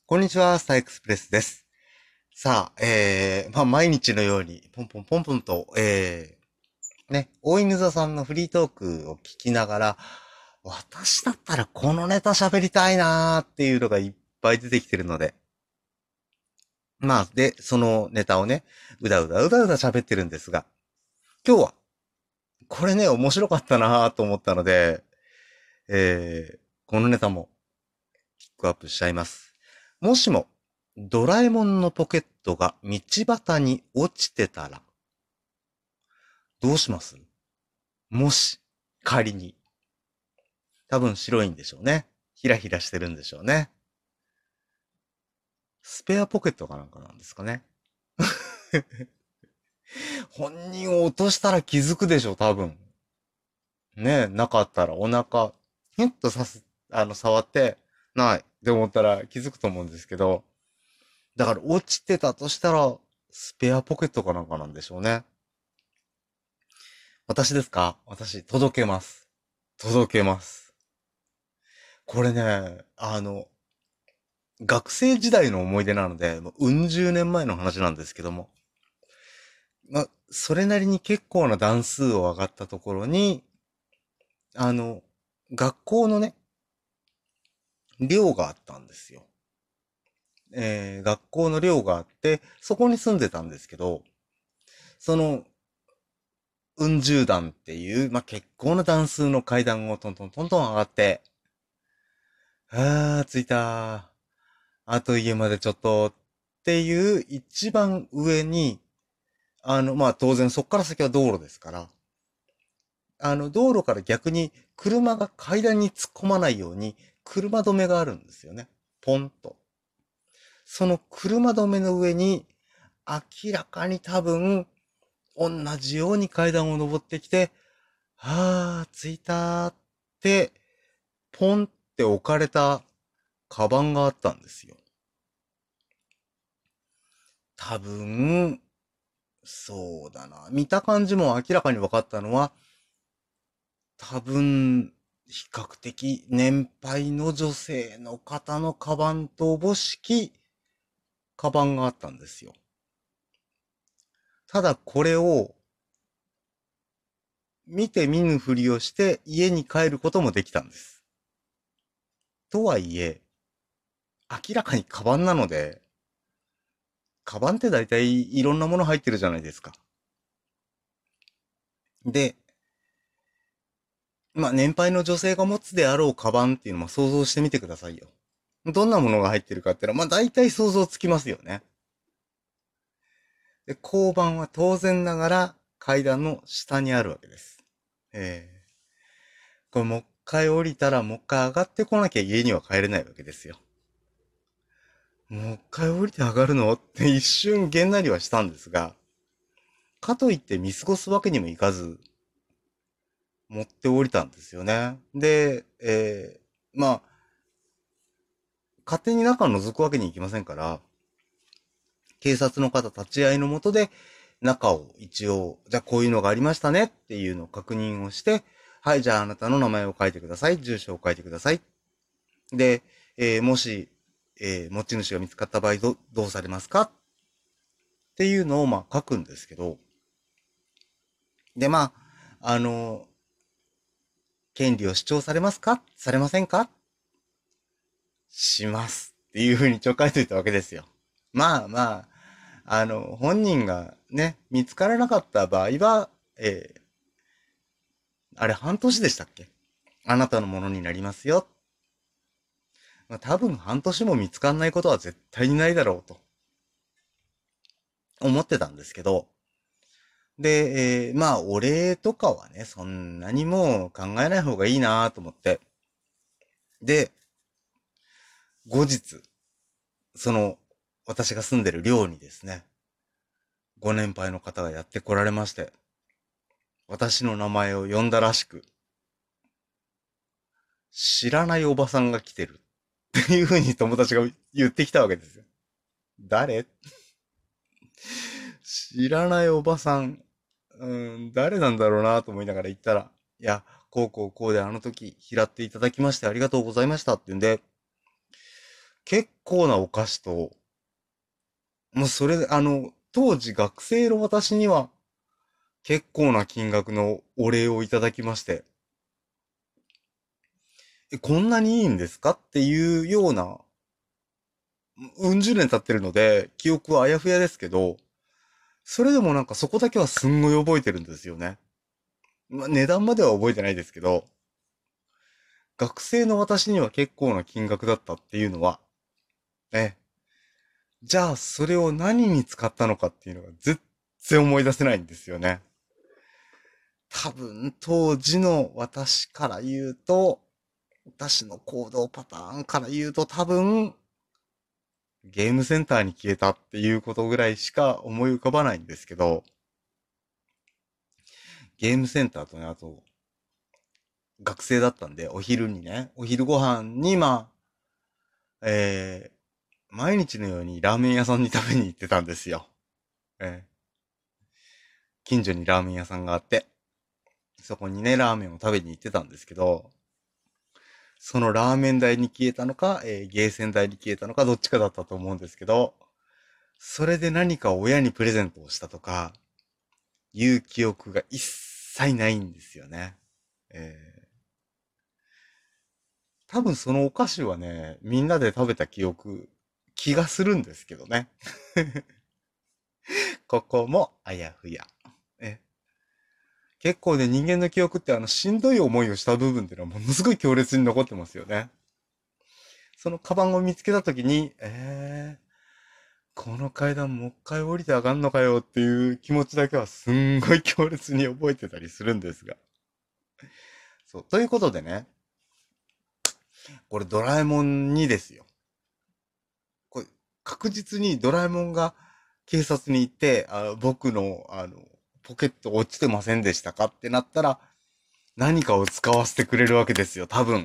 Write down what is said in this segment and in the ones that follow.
こんにちは、スターエクスプレスです。さあ、毎日のように、ポンポンポンポンと、大犬座さんのフリートークを聞きながら、私だったらこのネタ喋りたいなーっていうのがいっぱい出てきてるので、で、そのネタをね、うだうだ喋ってるんですが、今日は、これね、面白かったなーと思ったので、このネタもピックアップしちゃいます。もしも、ドラえもんのポケットが道端に落ちてたら、どうします？もし、仮に。多分白いんでしょうね。ヒラヒラしてるんでしょうね。スペアポケットかなんかなんですかね。本人を落としたら気づくでしょ、多分。ねえ、なかったらお腹、ヒュッと触って、ないって思ったら気づくと思うんですけど、だから落ちてたとしたら、スペアポケットかなんかなんでしょうね。私ですか？私、届けます。届けます。これね、学生時代の思い出なので、もううん十年前の話なんですけども、それなりに結構な段数を上がったところに、あの、学校のね、寮があったんですよ。学校の寮があって、そこに住んでたんですけど、その、うん十段っていう、結構な段数の階段をトントントントン上がって、着いた。あと家までちょっとっていう一番上に、当然そっから先は道路ですから、道路から逆に車が階段に突っ込まないように、車止めがあるんですよね。ポンと。その車止めの上に、明らかに多分、同じように階段を登ってきて、着いたって、ポンって置かれたカバンがあったんですよ。多分、そうだな。見た感じも明らかに分かったのは、多分、比較的年配の女性の方のカバンとおぼしきカバンがあったんですよ。ただこれを見て見ぬふりをして家に帰ることもできたんです。とはいえ、明らかにカバンなので、カバンって大体いろんなもの入ってるじゃないですか。で、年配の女性が持つであろうカバンっていうのも想像してみてくださいよ。どんなものが入ってるかっていうのは、大体想像つきますよね。で、交番は当然ながら階段の下にあるわけです。これもう一回降りたらもう一回上がってこなきゃ家には帰れないわけですよ。もう一回降りて上がるのって一瞬げんなりはしたんですが、かといって見過ごすわけにもいかず、持って降りたんですよね。で、勝手に中を覗くわけにいきませんから、警察の方立ち会いのもとで、中を一応、じゃあこういうのがありましたねっていうのを確認をして、はい、じゃああなたの名前を書いてください。住所を書いてください。で、もし、持ち主が見つかった場合どうされますかっていうのを書くんですけど、で、あの、権利を主張されますかされませんかしますっていうふうに一応書いといたわけですよ。本人がね、見つからなかった場合は、あれ半年でしたっけ？あなたのものになりますよ。多分半年も見つかんないことは絶対にないだろうと思ってたんですけど、で、お礼とかはね、そんなにもう考えない方がいいなと思って。で、後日、その、私が住んでる寮にですね、ご年配の方がやって来られまして、私の名前を呼んだらしく、知らないおばさんが来てるっていう風に友達が言ってきたわけですよ。誰？知らないおばさん、誰なんだろうなと思いながら言ったら、いや、こうこうこうであの時拾っていただきましてありがとうございましたって言うんで、 結構なお菓子と、もうそれ、当時学生の私には結構な金額のお礼をいただきまして、こんなにいいんですかっていうような、うん十年経ってるので、記憶はあやふやですけど、それでもなんかそこだけはすんごい覚えてるんですよね。まあ、値段までは覚えてないですけど、学生の私には結構な金額だったっていうのは、え、じゃあそれを何に使ったのかっていうのが全然思い出せないんですよね。多分当時の私から言うと、私の行動パターンから言うと多分、ゲームセンターに消えたっていうことぐらいしか思い浮かばないんですけど、ゲームセンターとね、あと、学生だったんで、お昼にね、お昼ご飯に、え毎日のようにラーメン屋さんに食べに行ってたんですよ。え近所にラーメン屋さんがあって、そこにね、ラーメンを食べに行ってたんですけど、そのラーメン代に消えたのか、ゲーセン代に消えたのか、どっちかだったと思うんですけど、それで何か親にプレゼントをしたとか、いう記憶が一切ないんですよね。え多分そのお菓子はね、みんなで食べた気がするんですけどね。ここもあやふや。え結構ね、人間の記憶ってしんどい思いをした部分っていうのはものすごい強烈に残ってますよね。そのカバンを見つけたときに、この階段もう一回降りて上がんのかよっていう気持ちだけはすんごい強烈に覚えてたりするんですが。そう。ということでね、これドラえもんにですよ。これ確実にドラえもんが警察に行って、僕の、ポケット落ちてませんでしたかってなったら、何かを使わせてくれるわけですよ、多分。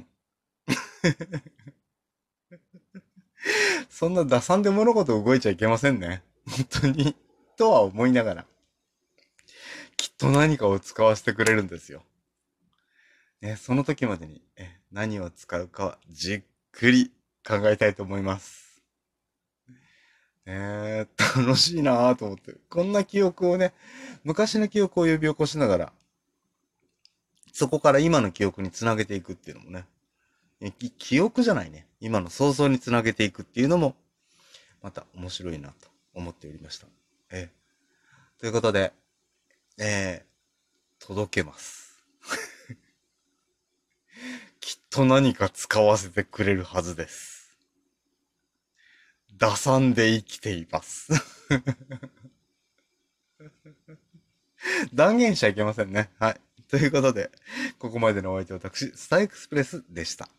そんな打算で物事動いちゃいけませんね。本当に。とは思いながら、きっと何かを使わせてくれるんですよ。ね、その時までに、何を使うかはじっくり考えたいと思います。楽しいなぁと思って。こんな記憶をね、昔の記憶を呼び起こしながら、そこから今の記憶につなげていくっていうのもね、記憶じゃないね。今の想像につなげていくっていうのも、また面白いなと思っておりました。ということで、え届けます。きっと何か使わせてくれるはずです。打算で生きています。断言しちゃいけませんね。はい。ということで、ここまでのお相手は私、スターエクスプレスでした。